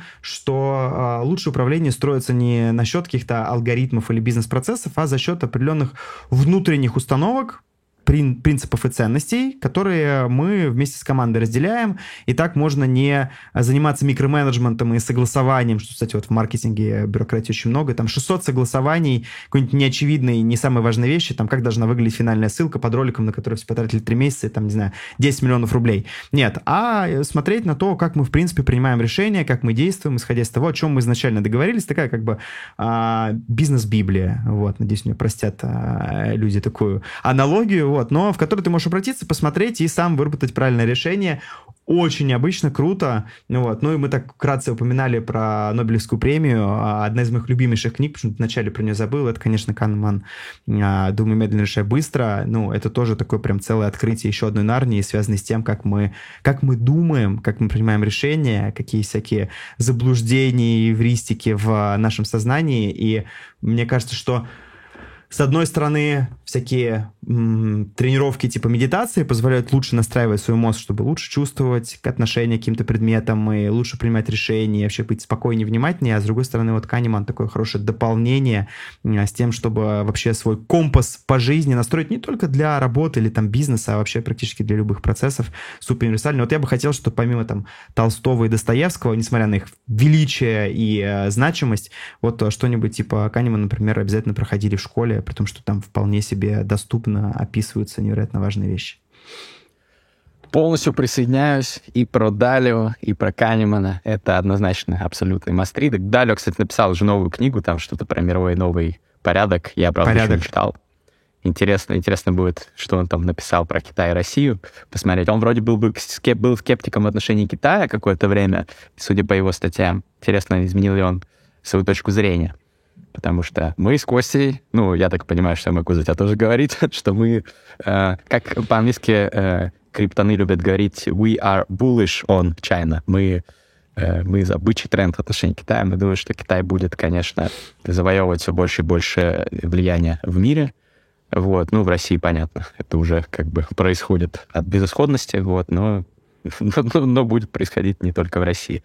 Что э, лучшее управление строится не на счет каких-то алгоритмов или бизнес-процессов, а за счет определенных внутренних установок, прин- принципов и ценностей, которые мы вместе с командой разделяем. И так можно не заниматься микроменеджментом и согласованием, что, кстати, вот в маркетинге бюрократии очень много, там шестьсот согласований, какой-нибудь неочевидной, не самые важные вещи, там как должна выглядеть финальная ссылка под роликом, на который все потратили три месяца, там, не знаю, десять миллионов рублей. Нет, а смотреть на то, как мы, в принципе, принимаем решения, как мы действуем, исходя из того, о чем мы изначально договорились, такая как бы а, бизнес-библия. Вот, надеюсь, мне простят а, люди такую аналогию, вот, но в которой ты можешь обратиться, посмотреть и сам выработать правильное решение. Очень необычно, круто. Вот. Ну и мы так вкратце упоминали про Нобелевскую премию. Одна из моих любимейших книг, почему-то вначале про нее забыл, это, конечно, Канеман «Думай медленно, решай быстро». Ну, это тоже такое прям целое открытие еще одной Нарнии, связанное с тем, как мы, как мы думаем, как мы принимаем решения, какие всякие заблуждения и эвристики в нашем сознании. И мне кажется, что С одной стороны, всякие м, тренировки типа медитации позволяют лучше настраивать свой мозг, чтобы лучше чувствовать отношение к каким-то предметам и лучше принимать решения, вообще быть спокойнее, внимательнее. А с другой стороны, вот Канеман такое хорошее дополнение а, с тем, чтобы вообще свой компас по жизни настроить не только для работы или там бизнеса, а вообще практически для любых процессов супер универсальный. Вот я бы хотел, чтобы помимо там Толстого и Достоевского, несмотря на их величие и э, значимость, вот что-нибудь типа Канемана, например, обязательно проходили в школе, при том, что там вполне себе доступно описываются невероятно важные вещи. Полностью присоединяюсь и про Далио, и про Канемана. Это однозначно абсолютный мастрид. Далио, кстати, написал уже новую книгу, там что-то про мировой новый порядок. Я, правда, порядок. еще не читал. Интересно, интересно будет, что он там написал про Китай и Россию, посмотреть. Он вроде был, был, скеп, был скептиком в отношении Китая какое-то время, судя по его статьям. Интересно, изменил ли он свою точку зрения. Потому что мы с Костей, ну, я так понимаю, что мой Кузя тебя тоже говорит, что мы, э, как по-английски э, криптоны любят говорить, we are bullish on China. Мы, э, мы за бычий тренд в отношении Китая. Мы думаем, что Китай будет, конечно, завоевывать все больше и больше влияния в мире. Вот. Ну, в России, понятно, это уже как бы происходит от безысходности, вот, но, но, но будет происходить не только в России.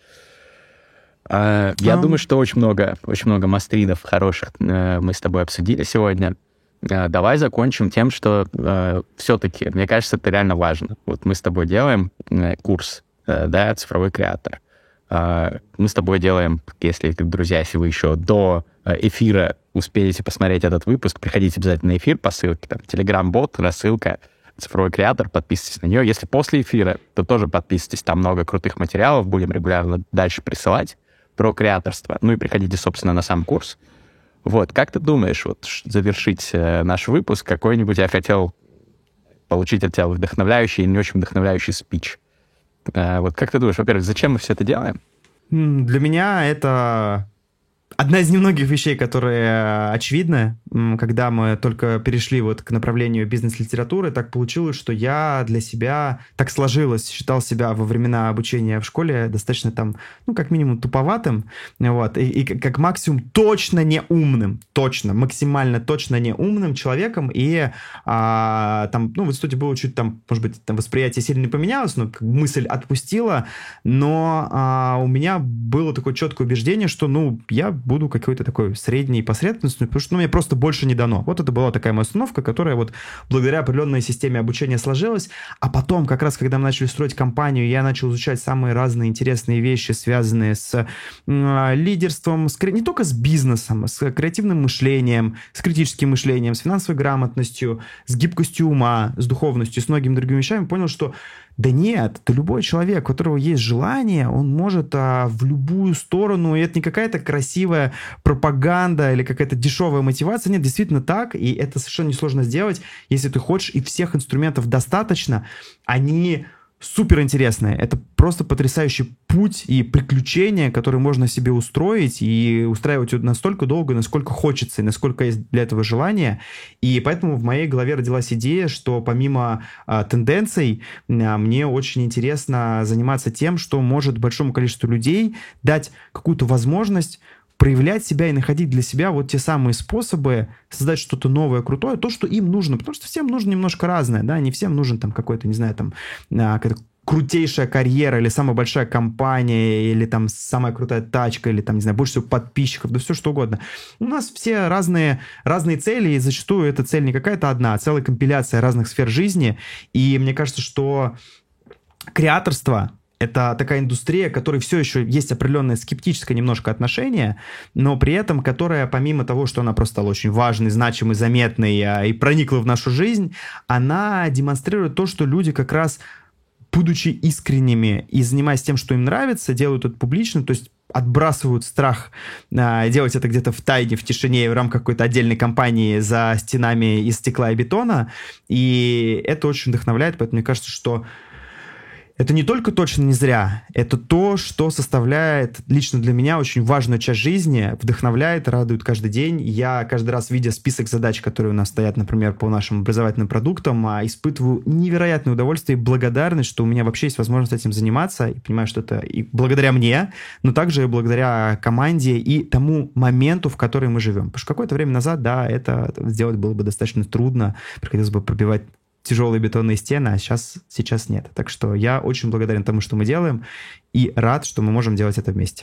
Uh, я um... думаю, что очень много, очень много мастридов хороших uh, мы с тобой обсудили сегодня. Uh, давай закончим тем, что uh, все-таки, мне кажется, это реально важно. Вот мы с тобой делаем uh, курс, uh, да, цифровой креатор. Uh, мы с тобой делаем, если, друзья, если вы еще до uh, эфира успеете посмотреть этот выпуск, приходите обязательно на эфир по ссылке, там, Telegram-бот, рассылка, цифровой креатор, подписывайтесь на нее. Если после эфира, то тоже подписывайтесь, там много крутых материалов, будем регулярно дальше присылать про креаторство. Ну и приходите, собственно, на сам курс. Вот, как ты думаешь, вот завершить э, наш выпуск, какой-нибудь я хотел получить от тебя вдохновляющий и не очень вдохновляющий спич. Э, вот как ты думаешь, во-первых, зачем мы все это делаем? Для меня это одна из немногих вещей, которые очевидны. Когда мы только перешли вот к направлению бизнес-литературы, так получилось, что я для себя, так сложилось, считал себя во времена обучения в школе достаточно там, ну, как минимум туповатым, вот, и, и как максимум точно не умным, точно, максимально точно не умным человеком, и а, там, ну, в институте было чуть там, может быть, там восприятие сильно не поменялось, но мысль отпустила, но а, у меня было такое четкое убеждение, что, ну, я буду какой-то такой средней посредственностью, потому что, ну, мне просто больше не дано. Вот это была такая моя установка, которая вот благодаря определенной системе обучения сложилась, а потом, как раз, когда мы начали строить компанию, я начал изучать самые разные интересные вещи, связанные с э, лидерством, с, не только с бизнесом, с креативным мышлением, с критическим мышлением, с финансовой грамотностью, с гибкостью ума, с духовностью, с многими другими вещами, понял, что да нет, это любой человек, у которого есть желание, он может а, в любую сторону, и это не какая-то красивая пропаганда или какая-то дешевая мотивация, нет, действительно так, и это совершенно несложно сделать, если ты хочешь, и всех инструментов достаточно, они супер интересные, это просто потрясающий путь и приключения, которые можно себе устроить и устраивать настолько долго, насколько хочется и насколько есть для этого желание, и поэтому в моей голове родилась идея, что помимо а, тенденций, а, мне очень интересно заниматься тем, что может большому количеству людей дать какую-то возможность проявлять себя и находить для себя вот те самые способы создать что-то новое, крутое, то, что им нужно, потому что всем нужно немножко разное, да, не всем нужен там какой-то, не знаю, там, какая-то крутейшая карьера или самая большая компания, или там самая крутая тачка, или там, не знаю, больше всего подписчиков, да все что угодно. У нас все разные, разные цели, и зачастую эта цель не какая-то одна, а целая компиляция разных сфер жизни, и мне кажется, что креаторство — это такая индустрия, к которой все еще есть определенное скептическое немножко отношение, но при этом которая, помимо того, что она просто стала очень важной, значимой, заметной и проникла в нашу жизнь, она демонстрирует то, что люди как раз, будучи искренними и занимаясь тем, что им нравится, делают это публично, то есть отбрасывают страх а, делать это где-то в тайне, в тишине, в рамках какой-то отдельной компании за стенами из стекла и бетона, и это очень вдохновляет, поэтому мне кажется, что Это не только точно не зря, это то, что составляет лично для меня очень важную часть жизни, вдохновляет, радует каждый день. Я каждый раз, видя список задач, которые у нас стоят, например, по нашим образовательным продуктам, испытываю невероятное удовольствие и благодарность, что у меня вообще есть возможность этим заниматься, и понимаю, что это и благодаря мне, но также и благодаря команде и тому моменту, в который мы живем. Потому что какое-то время назад, да, это сделать было бы достаточно трудно, приходилось бы пробивать тяжелые бетонные стены, а сейчас, сейчас нет. Так что я очень благодарен тому, что мы делаем, и рад, что мы можем делать это вместе.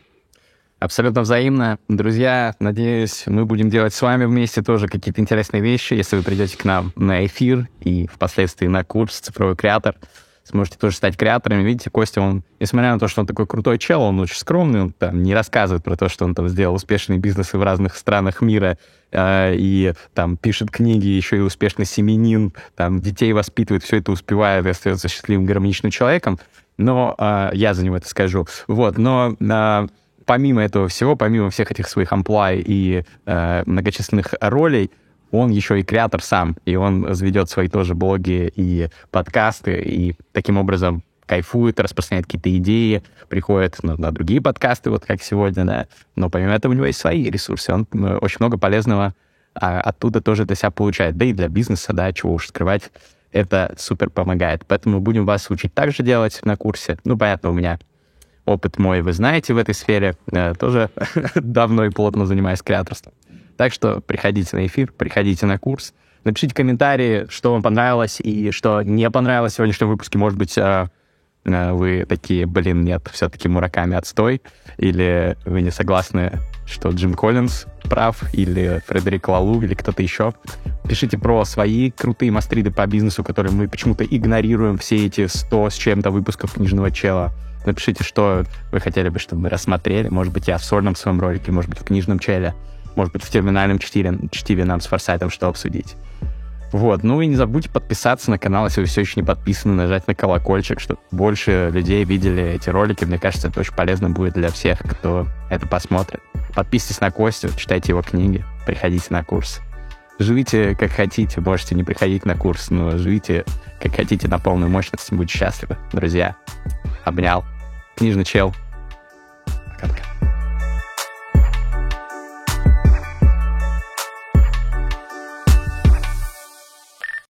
Абсолютно взаимно. Друзья, надеюсь, мы будем делать с вами вместе тоже какие-то интересные вещи. Если вы придете к нам на эфир и впоследствии на курс «Цифровой креатор», сможете тоже стать креаторами. Видите, Костя, он, несмотря на то, что он такой крутой чел, он очень скромный, он там не рассказывает про то, что он там сделал успешные бизнесы в разных странах мира, э, и там пишет книги, еще и успешный семьянин, там детей воспитывает, все это успевает и остается счастливым, гармоничным человеком. Но э, я за него это скажу. Вот, но... Э, помимо этого всего, помимо всех этих своих амплуа и э, многочисленных ролей, он еще и креатор сам, и он ведет свои тоже блоги и подкасты, и таким образом кайфует, распространяет какие-то идеи, приходит ну, на другие подкасты, вот как сегодня, да. Но помимо этого у него есть свои ресурсы, он очень много полезного а, оттуда тоже для себя получает. Да и для бизнеса, да, чего уж скрывать, это супер помогает. Поэтому будем вас учить так же делать на курсе. Ну, понятно, у меня опыт мой, вы знаете, в этой сфере, э, тоже давно и плотно занимаюсь креаторством. Так что приходите на эфир, приходите на курс, напишите комментарии, что вам понравилось и что не понравилось в сегодняшнем выпуске. Может быть, э, э, вы такие, блин, нет, все-таки Мураками отстой, или вы не согласны, что Джим Коллинз прав, или Фредерик Лалу, или кто-то еще. Пишите про свои крутые мастриды по бизнесу, которые мы почему-то игнорируем, все эти сто с чем-то выпусков «Книжного чела». Напишите, что вы хотели бы, чтобы мы рассмотрели. Может быть, я в сольном своем ролике, может быть, в «Книжном челе», может быть, в терминальном чтиве, чтиве нам с Форсайтом что обсудить. Вот. Ну и не забудьте подписаться на канал, если вы все еще не подписаны, нажать на колокольчик, чтобы больше людей видели эти ролики. Мне кажется, это очень полезно будет для всех, кто это посмотрит. Подписывайтесь на Костю, читайте его книги, приходите на курс. Живите как хотите, можете не приходить на курс, но живите как хотите на полную мощность, будьте счастливы. Друзья, обнял. Книжный чел. Пока-пока.